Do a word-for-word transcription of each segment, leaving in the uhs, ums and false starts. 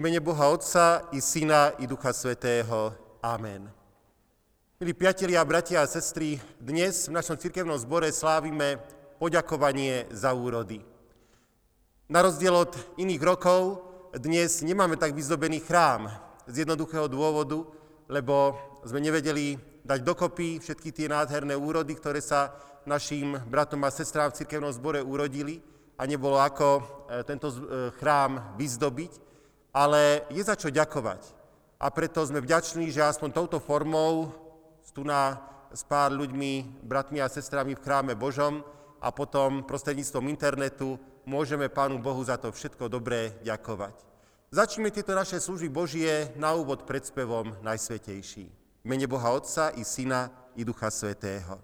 mene Boha Otca i Syna i Ducha Svätého. Amen. Milí priatelia, bratia a sestry, dnes v našom cirkevnom zbore slávime poďakovanie za úrody. Na rozdiel od iných rokov, dnes nemáme tak vyzdobený chrám z jednoduchého dôvodu, lebo sme nevedeli dať dokopy všetky tie nádherné úrody, ktoré sa našim bratom a sestrám v cirkevnom zbore urodili a nebolo ako tento chrám vyzdobiť, ale je za čo ďakovať. A preto sme vďační, že aspoň touto formou tu na s pár ľuďmi, bratmi a sestrami v chráme Božom a potom prostredníctvom internetu môžeme Pánu Bohu za to všetko dobré ďakovať. Začneme tieto naše služby Božie na úvod predspevom Najsvätejší. V mene Boha Otca i Syna i Ducha Svätého.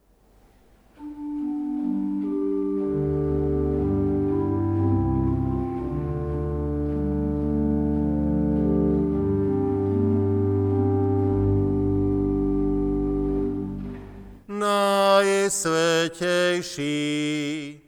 Najsvätejší.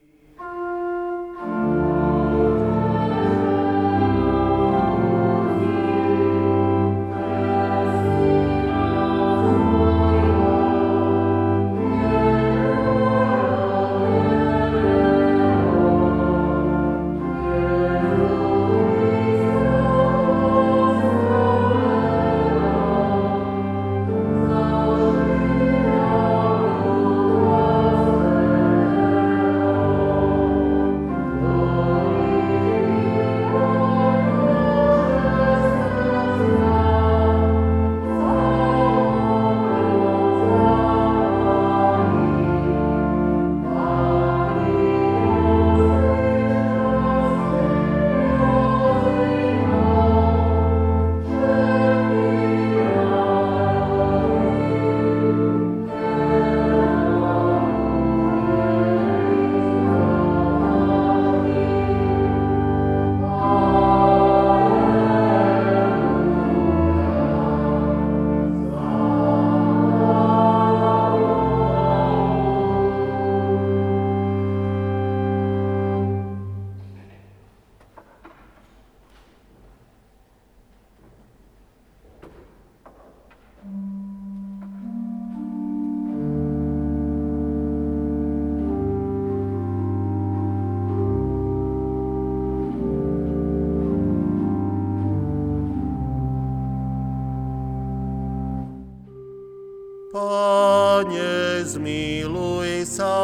Pane, zmiluj sa.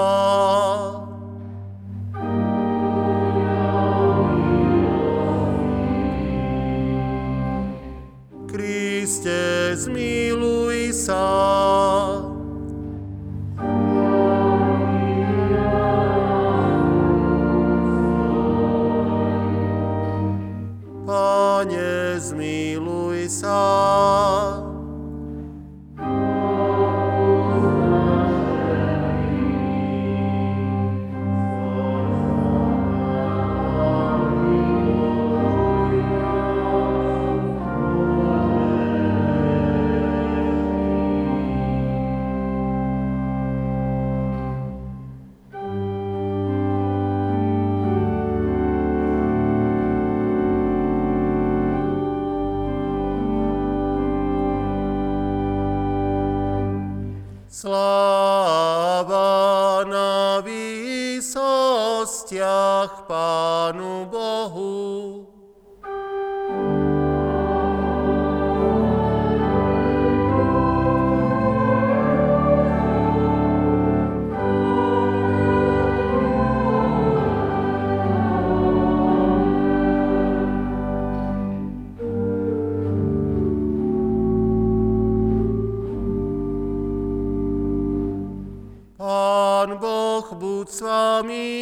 Kriste, zmiluj sa. Pane, zmiluj sa. Sláva na výsostiach Pánu Bohu. Pán Boh buď s vami.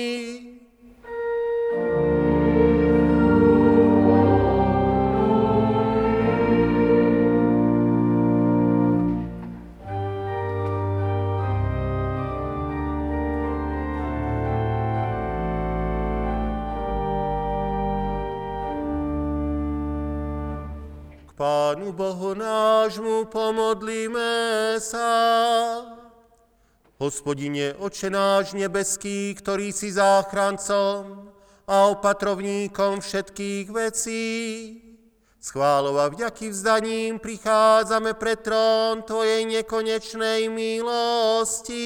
K Pánu Bohu nášmu pomodlíme sa. Hospodine, Oče náš nebeský, ktorý si záchrancom a opatrovníkom všetkých vecí, S chválou a vďaky vzdaním prichádzame pred trón Tvojej nekonečnej milosti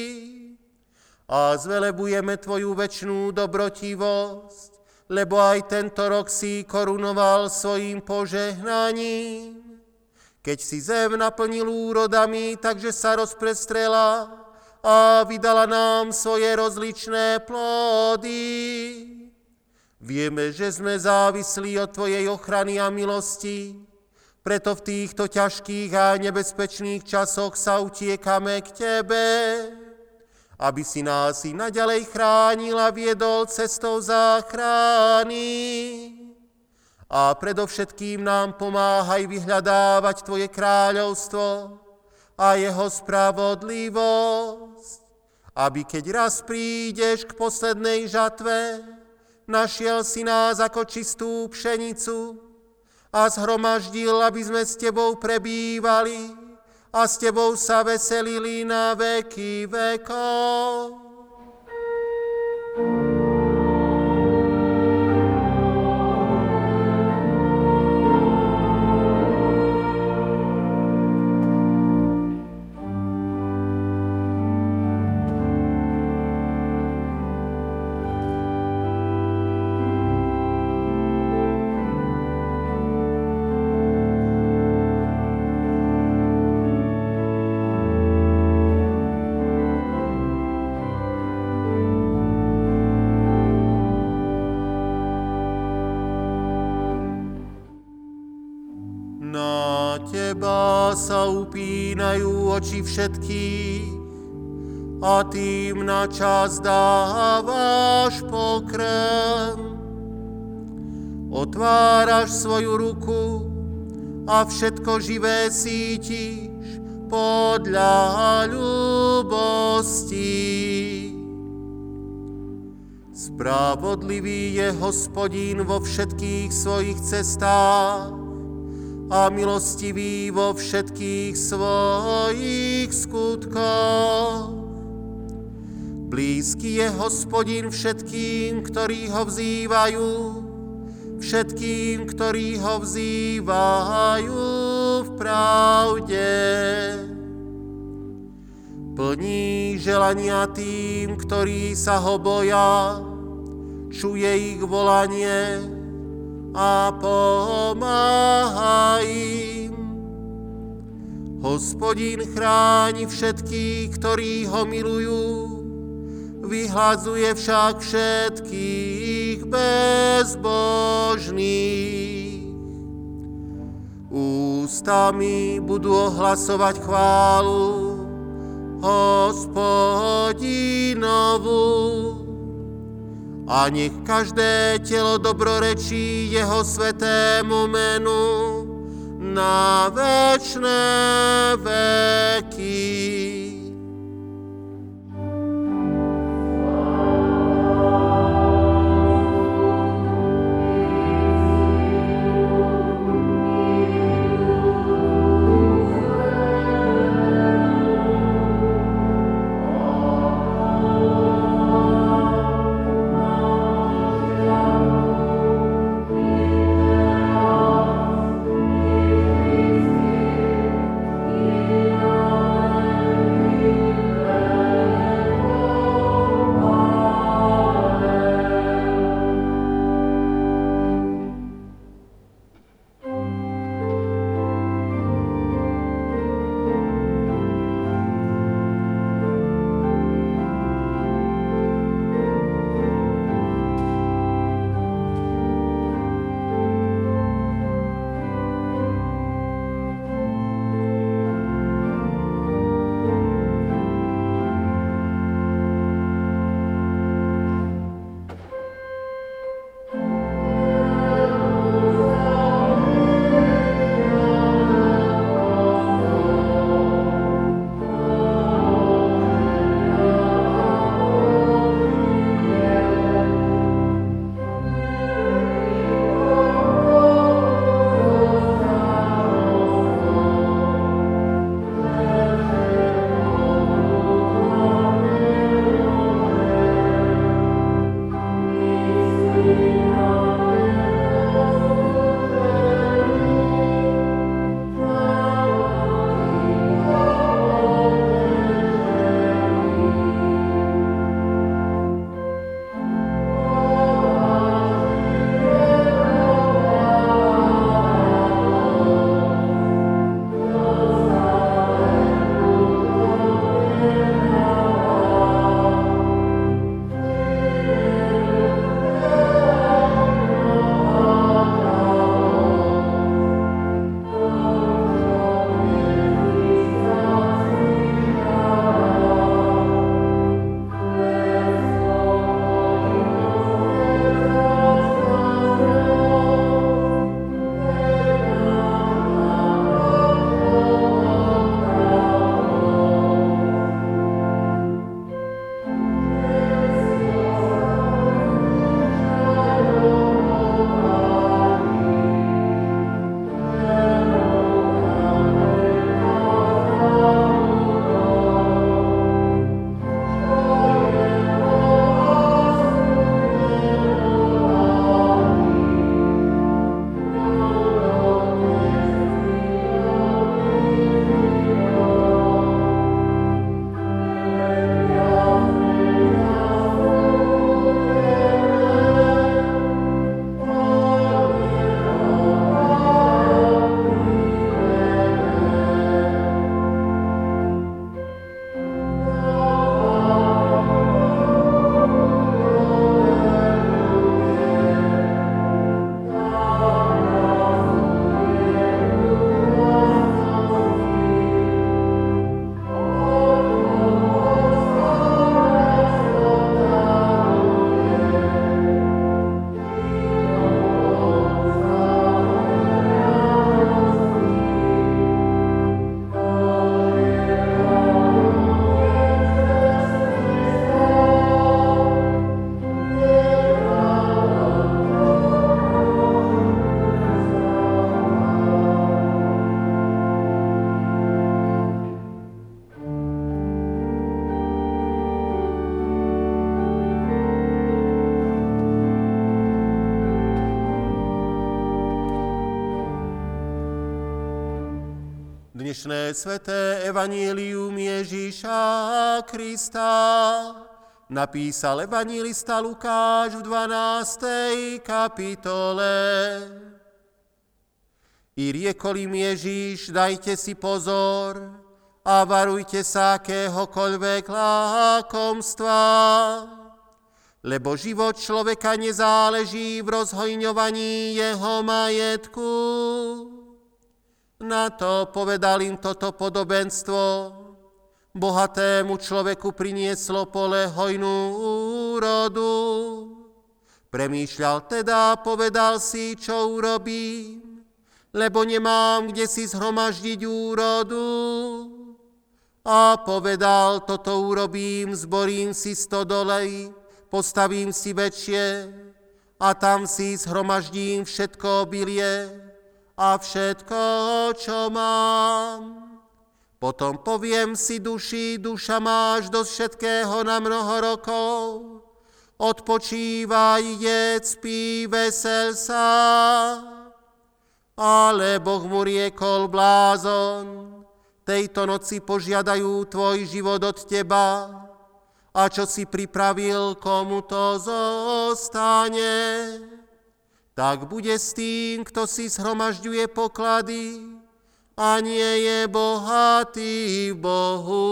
a zvelebujeme Tvoju večnú dobrotivosť, lebo aj tento rok si korunoval svojím požehnaním. Keď si zem naplnil úrodami, takže sa rozprestrela a vydala nám svoje rozličné plody. Vieme, že sme závislí od Tvojej ochrany a milosti, preto v týchto ťažkých a nebezpečných časoch sa utiekame k Tebe, aby si nás i naďalej chránil a viedol cestou záchrany. A predovšetkým nám pomáhaj vyhľadávať Tvoje kráľovstvo a jeho spravodlivosť, aby keď raz prídeš k poslednej žatve, našiel si nás ako čistú pšenicu a zhromaždil, aby sme s Tebou prebývali a s Tebou sa veselili na veky vekov. Na Teba sa upínajú oči všetkých a Tým na čas dávaš pokrm. Otváraš svoju ruku a všetko živé sítiš podľa ľubosti. Spravodlivý je Hospodín vo všetkých svojich cestách a milostivý vo všetkých svojich skutkoch. Blízky je Hospodin všetkým, ktorí ho vzývajú, všetkým, ktorí ho vzývajú v pravde. Plní želania tým, ktorí sa ho boja, čuje ich volanie a pomáha im. Hospodin chráni všetkých, ktorí ho milujú, vyhľadzuje však všetkých bezbožných. Ústami budú ohlasovať chválu Hospodinovu. A nech každé telo dobrorečí jeho svätému menu na večné veky. Dnešné sväté evanílium Ježíša Krista napísal evangelista Lukáš v dvanástej kapitole. I riekol im Ježíš, dajte si pozor a varujte sa akéhokoľvek lákomstva, lebo život človeka nezáleží v rozhojňovaní jeho majetku. Na to povedal im toto podobenstvo. Bohatému človeku prinieslo pole hojnú úrodu. Premýšľal teda, povedal si, čo urobím, lebo nemám kde si zhromaždiť úrodu. A povedal, toto urobím, zborím si stodolej, postavím si väčšie a tam si zhromaždím všetko obilie a všetko, čo mám. Potom poviem si duši, duša máš dosť všetkého na mnoho rokov. Odpočívaj, jedz, pí, vesel sa. Ale Boh mu riekol, blázon, tejto noci požiadajú tvoj život od teba. A čo si pripravil, komu to zostane? Tak bude s tým, kto si zhromažďuje poklady a nie je bohatý v Bohu.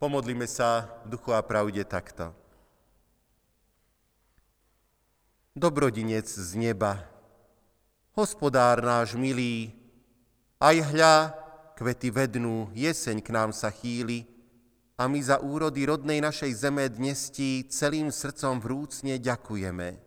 Pomodlíme sa v duchu a pravde takto. Dobrodinec z neba, Hospodár náš milý, aj hľa, kvety vednú, jeseň k nám sa chýli a my za úrody rodnej našej zeme dnes ti celým srdcom vrúcne ďakujeme.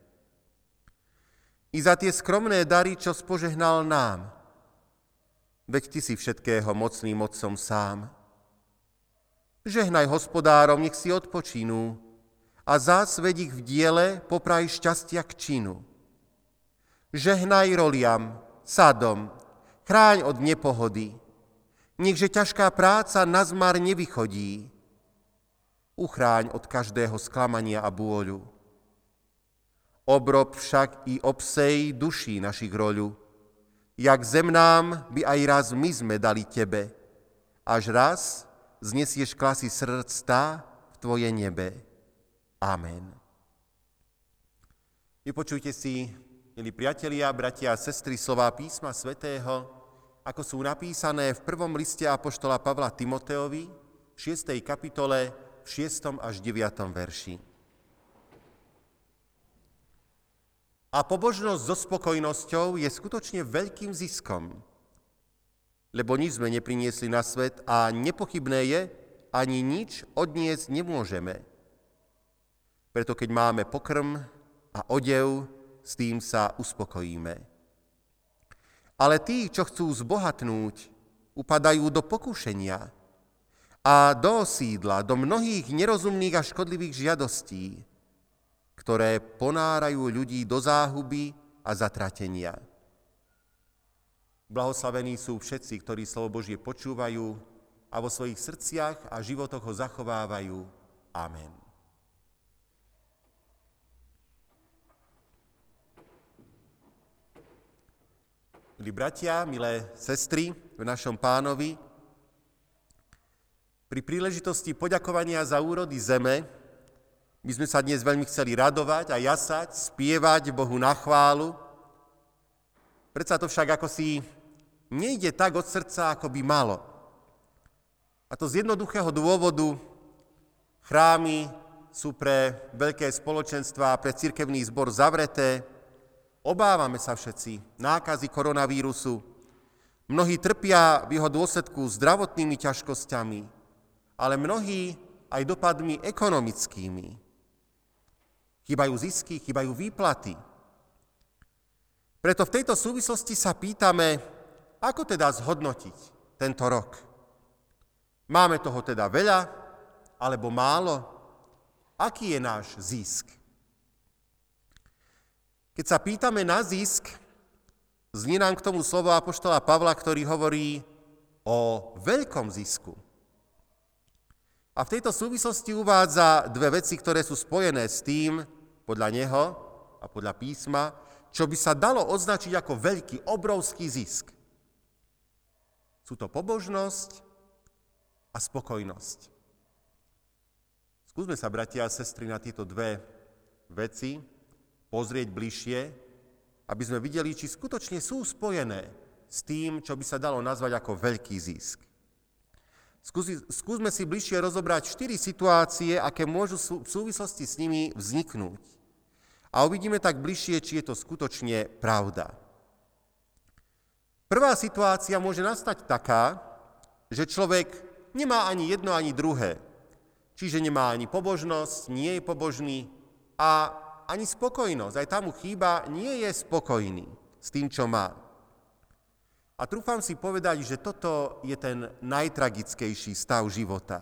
I za tie skromné dary, čo spožehnal nám, veď ty si všetkého mocným otcom sám. Žehnaj hospodárom, nech si odpočinú a zás ved ich v diele popraj šťastia k činu. Žehnaj roliam, sadom, chráň od nepohody, nechže ťažká práca na zmar nevychodí. Uchráň od každého sklamania a bôľu. Obrob však i obsej duší našich roľu, jak zem nám by aj raz my sme dali tebe, až raz znesieš klasy srdc tá v tvoje nebe. Amen. Vypočujte si, milí priatelia, bratia a sestry, slová písma svätého, ako sú napísané v prvom liste apoštola Pavla Timoteovi, v šiestej kapitole, v šiestom až deviatom verši. A pobožnosť so spokojnosťou je skutočne veľkým ziskom, lebo nič sme nepriniesli na svet a nepochybné je, ani nič odniesť nemôžeme. Preto keď máme pokrm a odev, s tým sa uspokojíme. Ale tí, čo chcú zbohatnúť, upadajú do pokušenia a do osídla, do mnohých nerozumných a škodlivých žiadostí, ktoré ponárajú ľudí do záhuby a zatratenia. Blahoslavení sú všetci, ktorí slovo Božie počúvajú a vo svojich srdciach a životoch ho zachovávajú. Amen. Milí bratia, milé sestry v našom Pánovi, pri príležitosti poďakovania za úrody zeme by sme sa dnes veľmi chceli radovať a jasať, spievať Bohu na chválu. Predsa to však ako si nejde tak od srdca, ako by malo. A to z jednoduchého dôvodu: chrámy sú pre veľké spoločenstvá, pre cirkevný zbor zavreté. Obávame sa všetci nákazy koronavírusu. Mnohí trpia v jeho dôsledku zdravotnými ťažkosťami, ale mnohí aj dopadmi ekonomickými. Chýbajú zisky, chýbajú výplaty. Preto v tejto súvislosti sa pýtame, ako teda zhodnotiť tento rok. Máme toho teda veľa, alebo málo? Aký je náš zisk? Keď sa pýtame na zisk, znie nám k tomu slovo apoštola Pavla, ktorý hovorí o veľkom zisku. A v tejto súvislosti uvádza dve veci, ktoré sú spojené s tým, podľa neho a podľa písma, čo by sa dalo označiť ako veľký, obrovský zisk. Sú to pobožnosť a spokojnosť. Skúsme sa, bratia a sestry, na tieto dve veci pozrieť bližšie, aby sme videli, či skutočne sú spojené s tým, čo by sa dalo nazvať ako veľký zisk. Skúsi, skúsme si bližšie rozobrať štyri situácie, aké môžu v súvislosti s nimi vzniknúť. A uvidíme tak bližšie, či je to skutočne pravda. Prvá situácia môže nastať taká, že človek nemá ani jedno, ani druhé. Čiže nemá ani pobožnosť, nie je pobožný a ani spokojnosť. Aj tam mu chýba, nie je spokojný s tým, čo má. A trúfam si povedať, že toto je ten najtragickejší stav života.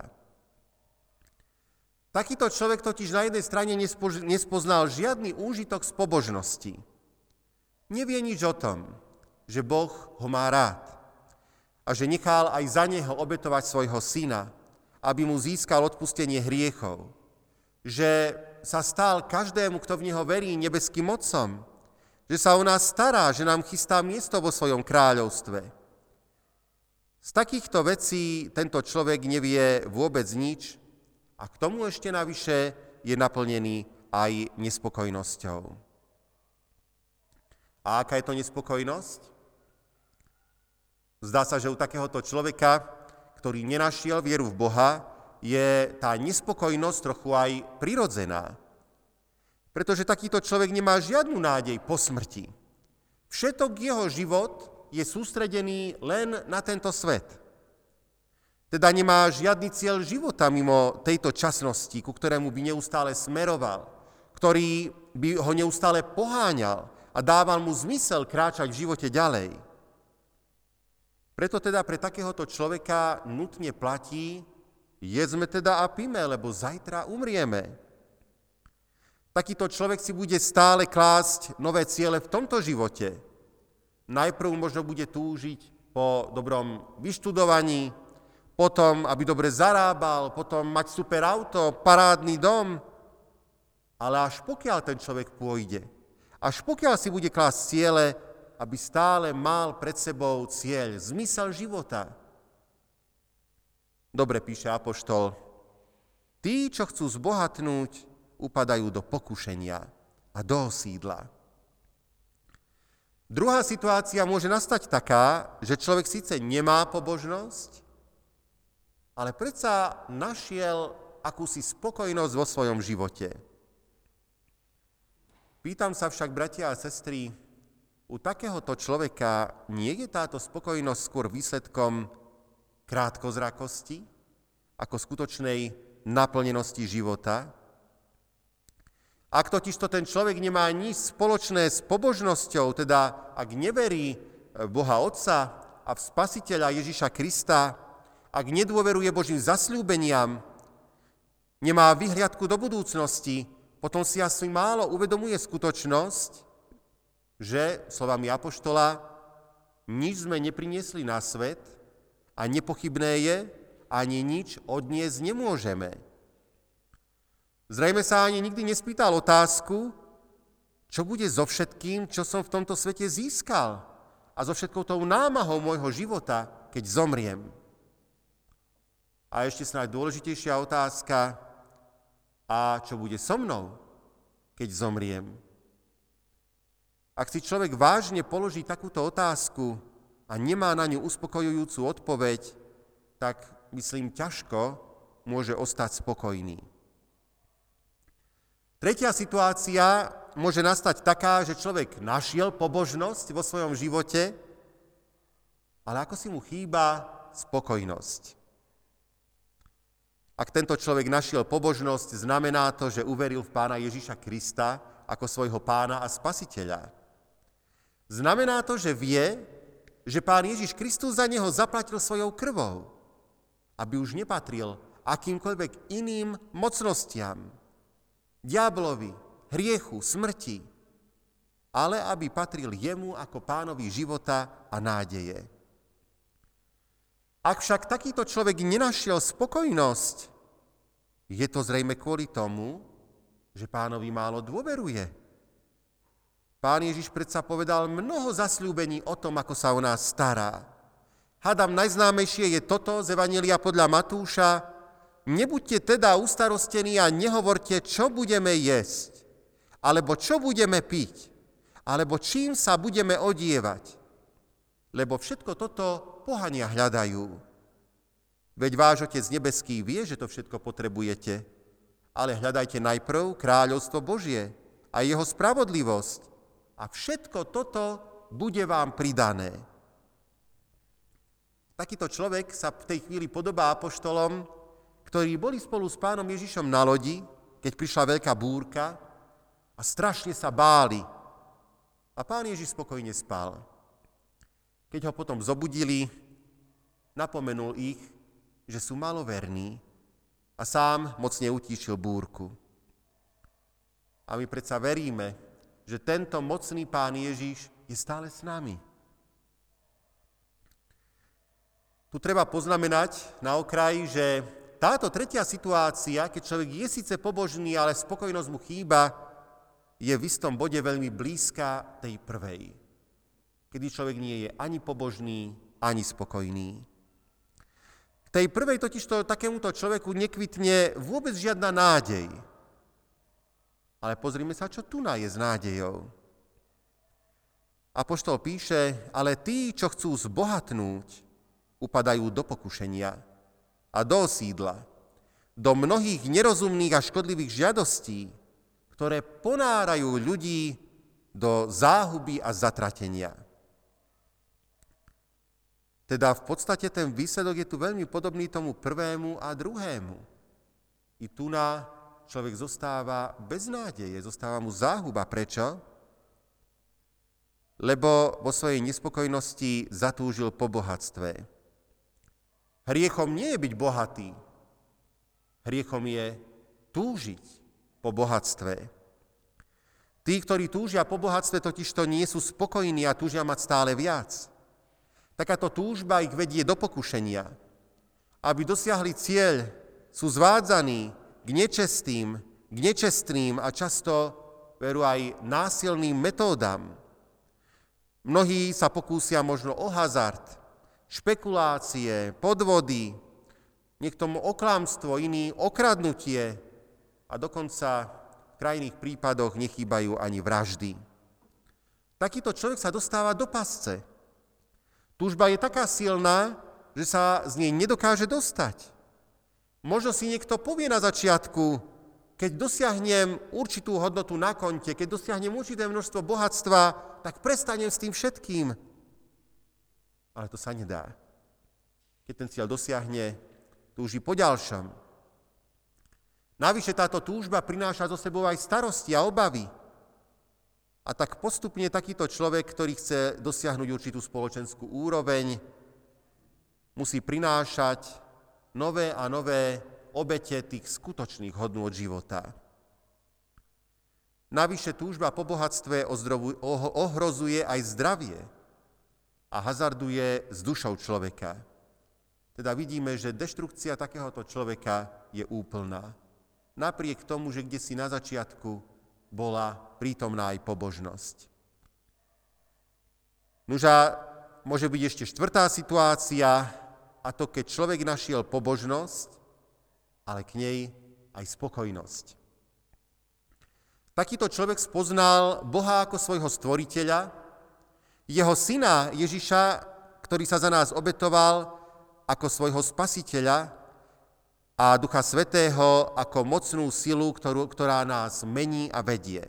Takýto človek totiž na jednej strane nespoznal žiadny úžitok z pobožnosti. Nevie nič o tom, že Boh ho má rád a že nechal aj za neho obetovať svojho syna, aby mu získal odpustenie hriechov. Že sa stal každému, kto v neho verí, nebeským otcom. Že sa o nás stará, že nám chystá miesto vo svojom kráľovstve. Z takýchto vecí tento človek nevie vôbec nič a k tomu ešte navyše je naplnený aj nespokojnosťou. A aká je to nespokojnosť? Zdá sa, že u takéhoto človeka, ktorý nenašiel vieru v Boha, je tá nespokojnosť trochu aj prirodzená. Pretože takýto človek nemá žiadnu nádej po smrti. Všetok jeho život je sústredený len na tento svet. Teda nemá žiadny cieľ života mimo tejto časnosti, ku ktorému by neustále smeroval, ktorý by ho neustále poháňal a dával mu zmysel kráčať v živote ďalej. Preto teda pre takéhoto človeka nutne platí, jedzme teda a píme, lebo zajtra umrieme. Takýto človek si bude stále klásť nové ciele v tomto živote. Najprv možno bude túžiť po dobrom vyštudovaní, potom, aby dobre zarábal, potom mať super auto, parádny dom. Ale až pokiaľ ten človek pôjde, až pokiaľ si bude klásť ciele, aby stále mal pred sebou cieľ, zmysel života. Dobre píše apoštol, tí, čo chcú zbohatnúť, upadajú do pokušenia a do osídla. Druhá situácia môže nastať taká, že človek síce nemá pobožnosť, ale predsa našiel akúsi spokojnosť vo svojom živote. Pýtam sa však, bratia a sestry, u takéhoto človeka nie je táto spokojnosť skôr výsledkom krátkozrakosti ako skutočnej naplnenosti života? Ak totižto ten človek nemá nič spoločné s pobožnosťou, teda ak neverí v Boha Otca a v Spasiteľa Ježiša Krista, ak nedôveruje Božím zasľúbeniam, nemá vyhliadku do budúcnosti, potom si asi málo uvedomuje skutočnosť, že, slovami apoštola, nič sme nepriniesli na svet a nepochybné je, ani nič odniesť nemôžeme. Zrejme sa ani nikdy nespýtal otázku, čo bude so všetkým, čo som v tomto svete získal a so všetkou tou námahou môjho života, keď zomriem. A ešte snáď dôležitejšia otázka, a čo bude so mnou, keď zomriem? Ak si človek vážne položí takúto otázku a nemá na ňu uspokojujúcu odpoveď, tak, myslím, ťažko môže ostať spokojný. Tretia situácia môže nastať taká, že človek našiel pobožnosť vo svojom živote, ale ako si mu chýba spokojnosť. Ak tento človek našiel pobožnosť, znamená to, že uveril v Pána Ježiša Krista ako svojho Pána a Spasiteľa. Znamená to, že vie, že Pán Ježiš Kristus za neho zaplatil svojou krvou, aby už nepatril akýmkoľvek iným mocnostiam, diablovi, hriechu, smrti, ale aby patril jemu ako Pánovi života a nádeje. Ak však takýto človek nenašiel spokojnosť, je to zrejme kvôli tomu, že Pánovi málo dôveruje. Pán Ježiš predsa povedal mnoho zasľúbení o tom, ako sa o nás stará. Hádam, najznámejšie je toto z Evanjelia podľa Matúša: nebuďte teda ustarostení a nehovorte, čo budeme jesť, alebo čo budeme piť, alebo čím sa budeme odievať. Lebo všetko toto pohania hľadajú. Veď váš Otec nebeský vie, že to všetko potrebujete, ale hľadajte najprv kráľovstvo Božie a jeho spravodlivosť a všetko toto bude vám pridané. Takýto človek sa v tej chvíli podobá apoštolom, ktorí boli spolu s Pánom Ježišom na lodi, keď prišla veľká búrka a strašne sa báli. A Pán Ježiš spokojne spal. Keď ho potom zobudili, napomenul ich, že sú maloverní a sám mocne utíšil búrku. A my predsa veríme, že tento mocný Pán Ježiš je stále s nami. Tu treba poznamenať na okraji, že táto tretia situácia, keď človek je síce pobožný, ale spokojnosť mu chýba, je v istom bode veľmi blízka tej prvej, kedy človek nie je ani pobožný, ani spokojný. V tej prvej totižto takémuto človeku nekvitne vôbec žiadna nádej. Ale pozrime sa, čo tu je s nádejou. Apoštol píše, ale tí, čo chcú zbohatnúť, upadajú do pokušenia a do osídla. do mnohých nerozumných a škodlivých žiadostí, ktoré ponárajú ľudí do záhuby a zatratenia. Teda v podstate ten výsledok je tu veľmi podobný tomu prvému a druhému. I tu na človek zostáva bez nádeje, zostáva mu záhuba. Prečo? Lebo vo svojej nespokojnosti zatúžil po bohatstve. Hriechom nie je byť bohatý. Hriechom je túžiť po bohatstve. Tí, ktorí túžia po bohatstve, totižto nie sú spokojní a túžia mať stále viac. Takáto túžba ich vedie do pokušenia. Aby dosiahli cieľ, sú zvádzaní k nečestým, k nečestným a často veru aj násilným metódam. Mnohí sa pokúsia možno o hazard, špekulácie, podvody, niekto oklamstvo, iný okradnutie a dokonca v krajných prípadoch nechýbajú ani vraždy. Takýto človek sa dostáva do pasce. Túžba je taká silná, že sa z nej nedokáže dostať. Možno si niekto povie na začiatku, keď dosiahnem určitú hodnotu na konte, keď dosiahnem určité množstvo bohatstva, tak prestanem s tým všetkým. Ale to sa nedá. Keď ten cieľ dosiahne, túži po ďalšom. Navyše táto túžba prináša so sebou aj starosti a obavy. A tak postupne takýto človek, ktorý chce dosiahnuť určitú spoločenskú úroveň, musí prinášať nové a nové obete tých skutočných hodnôt života. Navyše túžba po bohatstve ohrozuje aj zdravie a hazarduje s dušou človeka. Teda vidíme, že deštrukcia takéhoto človeka je úplná. Napriek tomu, že kdesi na začiatku bola prítomná aj pobožnosť. Nuža, môže byť ešte štvrtá situácia, a to keď človek našiel pobožnosť, ale k nej aj spokojnosť. Takýto človek spoznal Boha ako svojho stvoriteľa, jeho syna Ježiša, ktorý sa za nás obetoval, ako svojho spasiteľa a Ducha Svätého ako mocnú silu, ktorú, ktorá nás mení a vedie.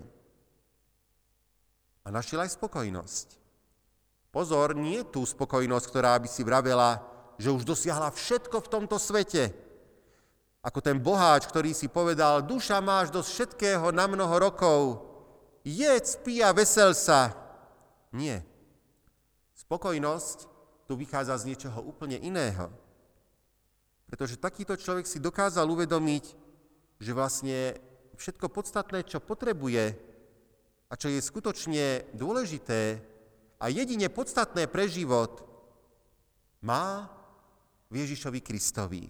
A našiel aj spokojnosť. Pozor, nie tú spokojnosť, ktorá by si vravela, že už dosiahla všetko v tomto svete. Ako ten boháč, ktorý si povedal, duša máš dosť všetkého na mnoho rokov, jedz, pí a vesel sa. Nie. Spokojnosť tu vychádza z niečoho úplne iného. Pretože takýto človek si dokázal uvedomiť, že vlastne všetko podstatné, čo potrebuje a čo je skutočne dôležité a jedine podstatné pre život, má v Ježišovi Kristovi.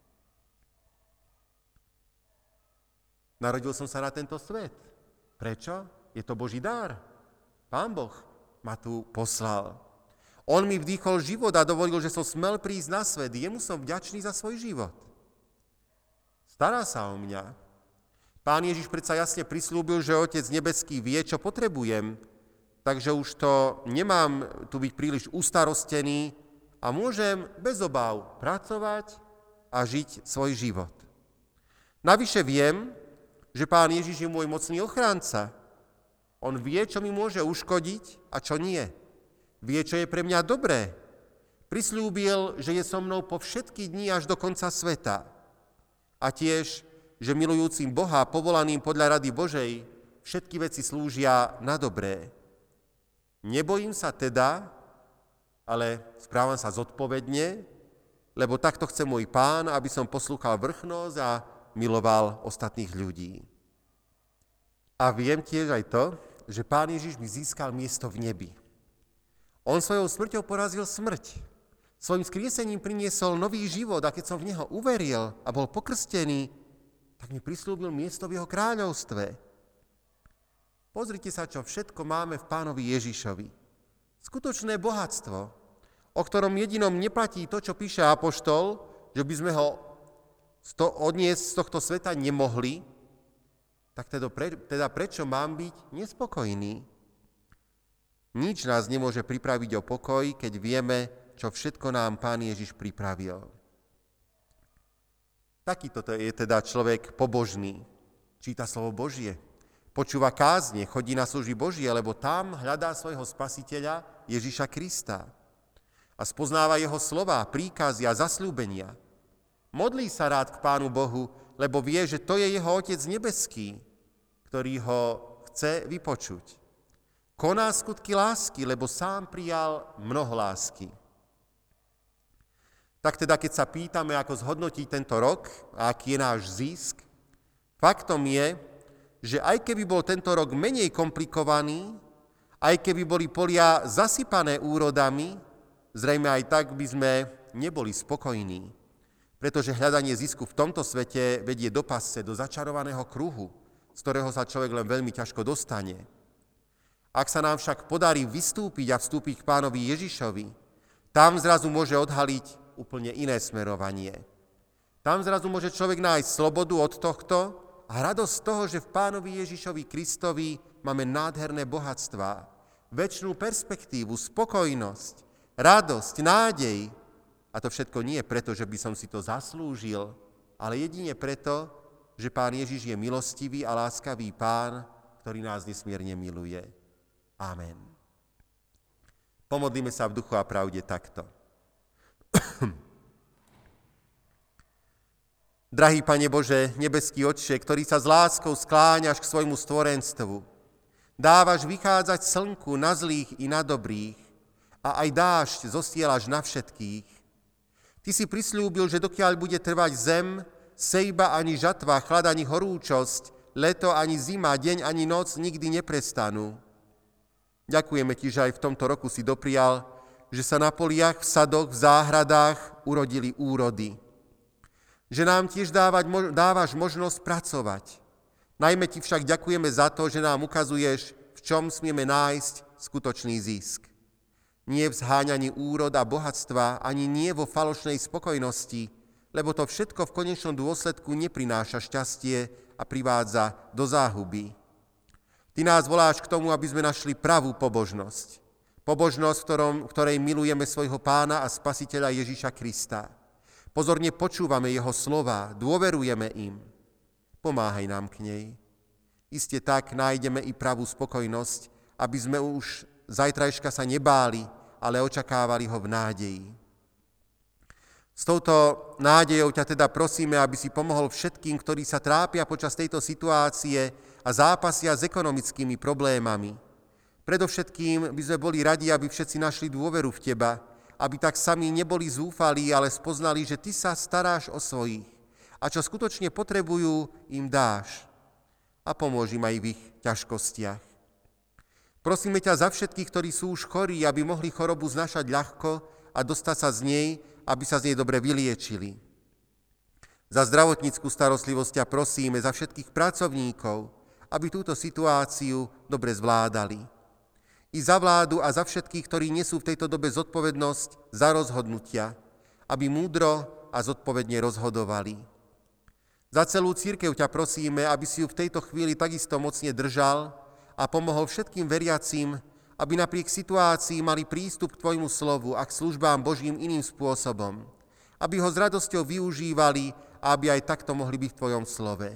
Narodil som sa na tento svet. Prečo? Je to Boží dar. Pán Boh ma tu poslal. On mi vdýchol život a dovolil, že som smel prísť na svet. Jemu som vďačný za svoj život. Stará sa o mňa. Pán Ježiš predsa jasne prislúbil, že Otec nebeský vie, čo potrebujem, takže už to nemám tu byť príliš ustarostený a môžem bez obáv pracovať a žiť svoj život. Navyše viem, že Pán Ježiš je môj mocný ochránca. On vie, čo mi môže uškodiť a čo nie. Vie, čo je pre mňa dobré. Prisľúbil, že je so mnou po všetky dni až do konca sveta. A tiež, že milujúcim Boha, povolaným podľa rady Božej, všetky veci slúžia na dobré. Nebojím sa teda, ale správam sa zodpovedne, lebo takto chce môj Pán, aby som poslúchal vrchnosť a miloval ostatných ľudí. A viem tiež aj to, že Pán Ježiš mi získal miesto v nebi. On svojou smrťou porazil smrť. Svojím skriesením priniesol nový život a keď som v Neho uveril a bol pokrstený, tak mi prislúbil miesto v Jeho kráľovstve. Pozrite sa, čo všetko máme v Pánovi Ježišovi. Skutočné bohatstvo, o ktorom jedinom neplatí to, čo píše apoštol, že by sme ho odniesť z tohto sveta nemohli, tak teda, pre, teda prečo mám byť nespokojný? Nič nás nemôže pripraviť o pokoj, keď vieme, čo všetko nám Pán Ježiš pripravil. Takýto je teda človek pobožný. Číta slovo Božie, počúva kázne, chodí na služby Božie, lebo tam hľadá svojho spasiteľa Ježiša Krista a spoznáva jeho slová, príkazy a zasľúbenia. Modlí sa rád k Pánu Bohu, lebo vie, že to je jeho Otec nebeský, ktorý ho chce vypočuť. Koná skutky lásky, lebo sám prijal mnoho lásky. Tak teda, keď sa pýtame, ako zhodnotiť tento rok a aký je náš zisk, faktom je, že aj keby bol tento rok menej komplikovaný, aj keby boli polia zasypané úrodami, zrejme aj tak by sme neboli spokojní, pretože hľadanie zisku v tomto svete vedie do pasce, do začarovaného kruhu, z ktorého sa človek len veľmi ťažko dostane. Ak sa nám však podarí vystúpiť a vstúpiť k Pánovi Ježišovi, tam zrazu môže odhaliť úplne iné smerovanie. Tam zrazu môže človek nájsť slobodu od tohto a radosť z toho, že v Pánovi Ježišovi Kristovi máme nádherné bohatstvá, večnú perspektívu, spokojnosť, radosť, nádej. A to všetko nie preto, že by som si to zaslúžil, ale jedine preto, že Pán Ježiš je milostivý a láskavý Pán, ktorý nás nesmierne miluje. Amen. Pomodlíme sa v duchu a pravde takto. Drahý Pane Bože, nebeský Otče, ktorý sa s láskou skláňaš k svojmu stvorenstvu, dávaš vychádzať slnku na zlých i na dobrých a aj dážď zosielaš na všetkých. Ty si prisľúbil, že dokiaľ bude trvať zem, sejba ani žatva, chlad ani horúčosť, leto ani zima, deň ani noc nikdy neprestanú. Ďakujeme Ti, že aj v tomto roku si doprial, že sa na poliach, v sadoch, v záhradách urodili úrody. Že nám tiež dávať, dávaš možnosť pracovať. Najmä Ti však ďakujeme za to, že nám ukazuješ, v čom smieme nájsť skutočný zisk. Nie v zháňaní úrod a bohatstva, ani nie vo falošnej spokojnosti, lebo to všetko v konečnom dôsledku neprináša šťastie a privádza do záhuby. Ty nás voláš k tomu, aby sme našli pravú pobožnosť. Pobožnosť, v ktorom, ktorej milujeme svojho Pána a Spasiteľa Ježiša Krista. Pozorne počúvame jeho slová, dôverujeme im. Pomáhaj nám k nej. Iste tak nájdeme i pravú spokojnosť, aby sme už zajtrajška sa nebáli, ale očakávali ho v nádeji. S touto nádejou ťa teda prosíme, aby si pomohol všetkým, ktorí sa trápia počas tejto situácie a zápasia s ekonomickými problémami. Predovšetkým by sme boli radi, aby všetci našli dôveru v Teba, aby tak sami neboli zúfalí, ale spoznali, že Ty sa staráš o svojich a čo skutočne potrebujú, im dáš a pomôž im aj v ich ťažkostiach. Prosíme ťa za všetkých, ktorí sú už chorí, aby mohli chorobu znašať ľahko a dostať sa z nej, aby sa z nej dobre vyliečili. Za zdravotníckú starostlivosť ťa prosíme, za všetkých pracovníkov, aby túto situáciu dobre zvládali. I za vládu a za všetkých, ktorí nesú v tejto dobe zodpovednosť za rozhodnutia, aby múdro a zodpovedne rozhodovali. Za celú cirkev ťa prosíme, aby si ju v tejto chvíli takisto mocne držal a pomohol všetkým veriacím, aby napriek situácii mali prístup k Tvojmu slovu a k službám Božím iným spôsobom, aby ho s radosťou využívali a aby aj takto mohli byť v Tvojom slove.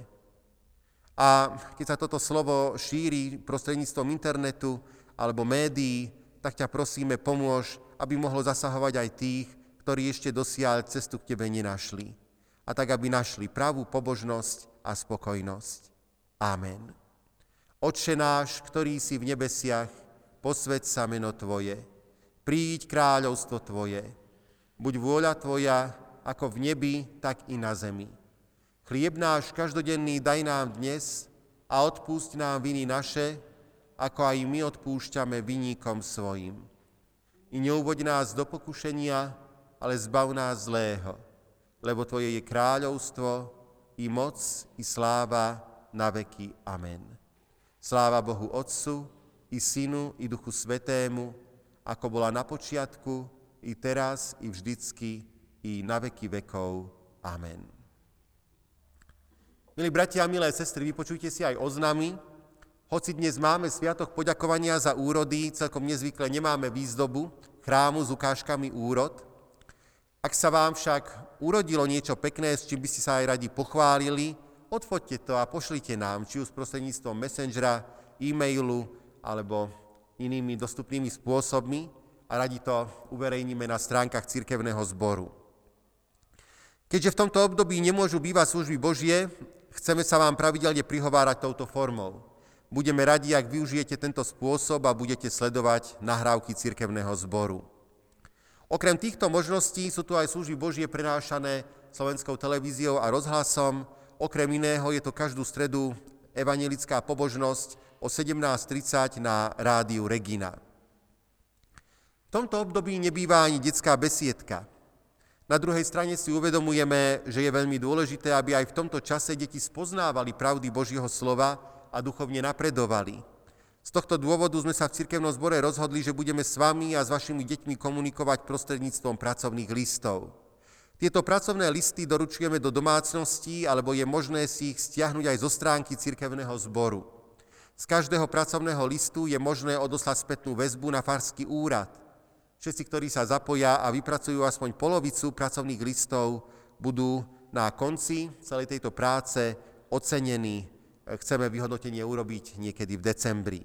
A keď sa toto slovo šíri prostredníctvom internetu alebo médií, tak ťa prosíme, pomôž, aby mohlo zasahovať aj tých, ktorí ešte dosiaľ cestu k Tebe nenašli. A tak, aby našli pravú pobožnosť a spokojnosť. Amen. Otče náš, ktorý si v nebesiach, posväť sa meno Tvoje. Príď kráľovstvo Tvoje. Buď vôľa Tvoja, ako v nebi, tak i na zemi. Chlieb náš každodenný daj nám dnes a odpúšť nám viny naše, ako aj my odpúšťame viníkom svojim. I neuvoď nás do pokušenia, ale zbav nás zlého, lebo Tvoje je kráľovstvo, i moc, i sláva na veky. Amen. Sláva Bohu Otcu, i Synu, i Duchu Svätému, ako bola na počiatku, i teraz, i vždycky, i na veky vekov. Amen. Milí bratia a milé sestry, vypočujte si aj oznamy. Hoci dnes máme sviatok poďakovania za úrody, celkom nezvykle nemáme výzdobu chrámu s ukážkami úrod, Ak sa vám však urodilo niečo pekné, s čím by ste sa aj radi pochválili, odfoťte to a pošlite nám, či už prostredníctvom Messengera, e-mailu alebo inými dostupnými spôsobmi a radi to uverejníme na stránkach cirkevného zboru. Keďže v tomto období nemôžu bývať služby Božie, chceme sa vám pravidelne prihovárať touto formou. Budeme radi, ak využijete tento spôsob a budete sledovať nahrávky cirkevného zboru. Okrem týchto možností sú tu aj služby Božie prenášané Slovenskou televíziou a rozhlasom. Okrem iného je to každú stredu evanjelická pobožnosť o sedemnásť tridsať na rádiu Regina. V tomto období nebýva ani detská besiedka. Na druhej strane si uvedomujeme, že je veľmi dôležité, aby aj v tomto čase deti spoznávali pravdy Božieho slova a duchovne napredovali. Z tohto dôvodu sme sa v cirkevnom zbore rozhodli, že budeme s vami a s vašimi deťmi komunikovať prostredníctvom pracovných listov. Tieto pracovné listy doručujeme do domácností, alebo je možné si ich stiahnuť aj zo stránky cirkevného zboru. Z každého pracovného listu je možné odoslať spätnú väzbu na farský úrad. Všetci, ktorí sa zapoja a vypracujú aspoň polovicu pracovných listov, budú na konci celej tejto práce ocenení. Chceme vyhodnotenie urobiť niekedy v decembri.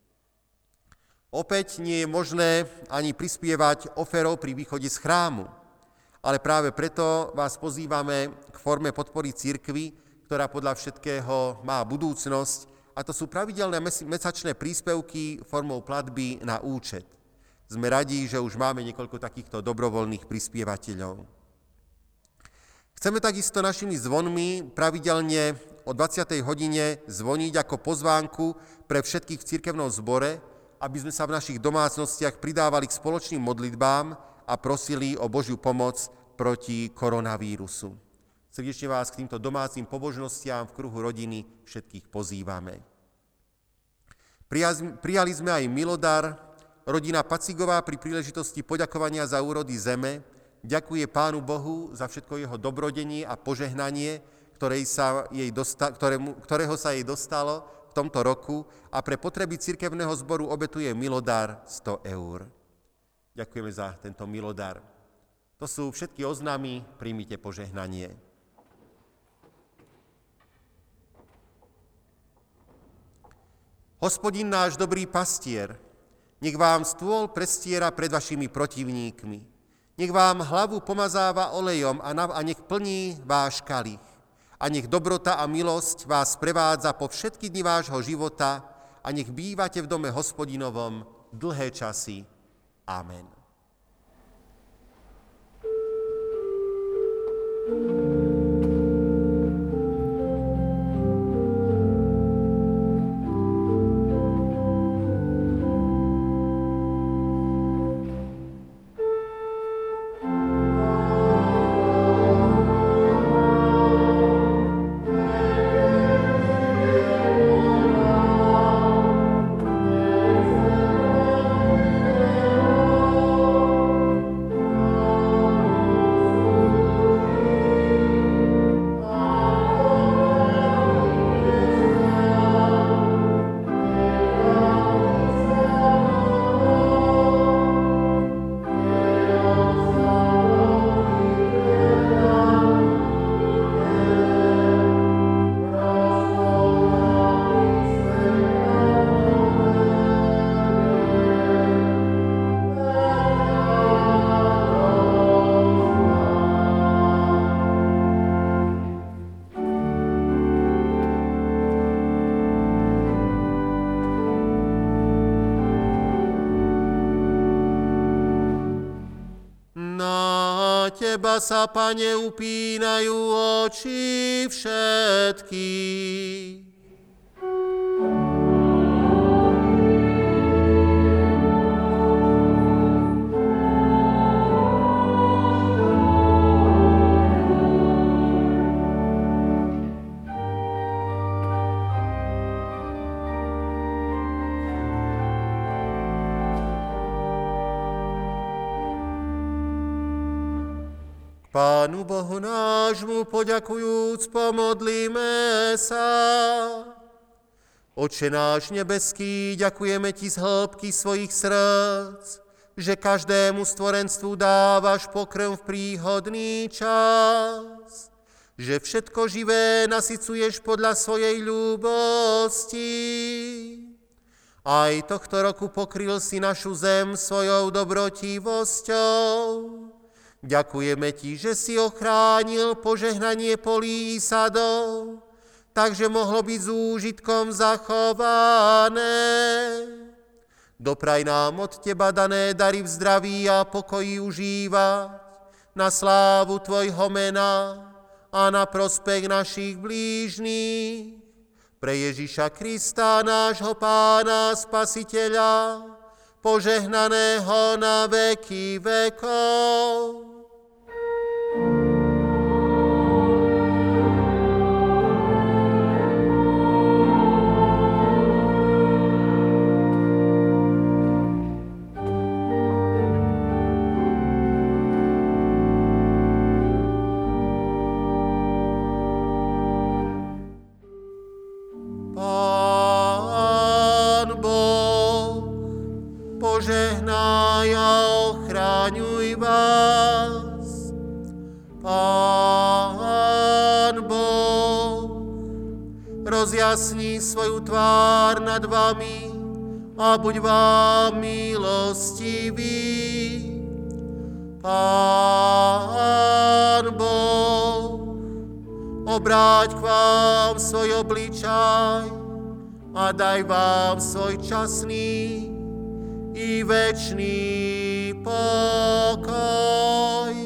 Opäť nie je možné ani prispievať oferou pri východe z chrámu, ale práve preto vás pozývame k forme podpory cirkvi, ktorá podľa všetkého má budúcnosť, a to sú pravidelné mesačné príspevky formou platby na účet. Sme radi, že už máme niekoľko takýchto dobrovoľných prispievateľov. Chceme takisto našimi zvonmi pravidelne o dvadsiatej hodine zvoniť ako pozvánku pre všetkých v cirkevnom zbore, aby sme sa v našich domácnostiach pridávali k spoločným modlitbám a prosili o Božiu pomoc proti koronavírusu. Srdečne vás k týmto domácim pobožnostiam v kruhu rodiny všetkých pozývame. Prijali sme aj milodar. Rodina Pacigová pri príležitosti poďakovania za úrody zeme ďakuje Pánu Bohu za všetko jeho dobrodenie a požehnanie, ktorej sa jej dosta, ktorému, ktorého sa jej dostalo v tomto roku, a pre potreby cirkevného zboru obetuje milodár sto eur. Ďakujeme za tento milodár. To sú všetky oznámy, príjmite požehnanie. Hospodin náš dobrý pastier, nech vám stôl prestiera pred vašimi protivníkmi. Nech vám hlavu pomazáva olejom a, na, a nech plní váš kalich. A nech dobrota a milosť vás prevádza po všetky dni vášho života a nech bývate v dome Hospodinovom dlhé časy. Amen. Teba sa, Pane, upínajú oči všetkých. Pánu Bohu nášmu poďakujúc, pomodlíme sa. Otče náš nebeský, ďakujeme Ti z hĺbky svojich srdc že každému stvorenstvu dávaš pokrm v príhodný čas, že všetko živé nasycuješ podľa svojej ľúbosti. Aj tohto roku pokryl si našu zem svojou dobrotivosťou. Ďakujeme ti, že si ochránil požehnanie polí i sadov, takže mohlo byť s úžitkom zachované. Dopraj nám od teba dané dary v zdraví a pokoji užívať na slávu tvojho mena a na prospech našich blížnych. Pre Ježiša Krista, nášho Pána Spasiteľa, požehnaného na veky vekov. Požehnaj a ochraňuj vás. Pán Boh rozjasní svoju tvár nad vami a buď vám milostivý. Pán Boh obráť k vám svoj obličaj a daj vám svoj časný i večný pokoj.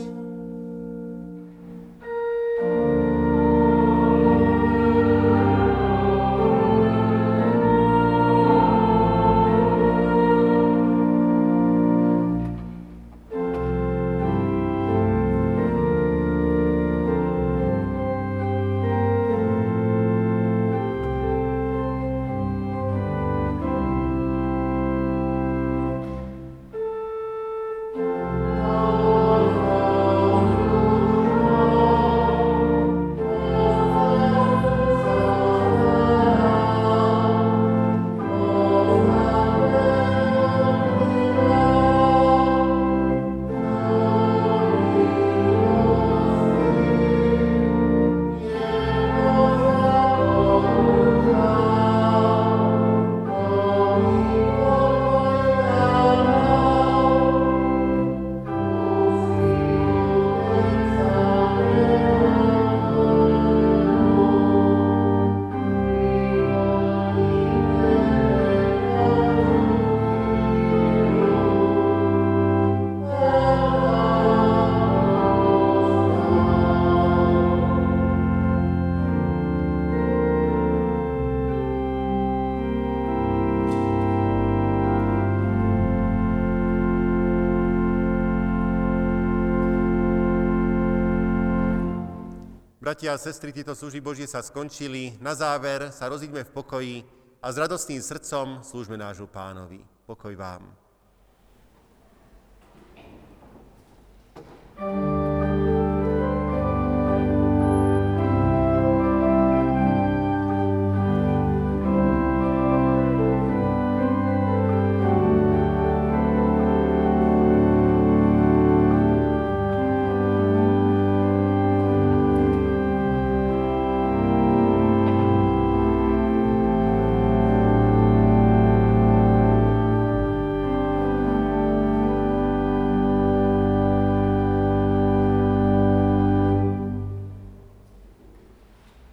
Bratia a sestry, tieto služby Božie sa skončili. Na záver sa rozíďme v pokoji a s radostným srdcom slúžme nášmu Pánovi. Pokoj vám.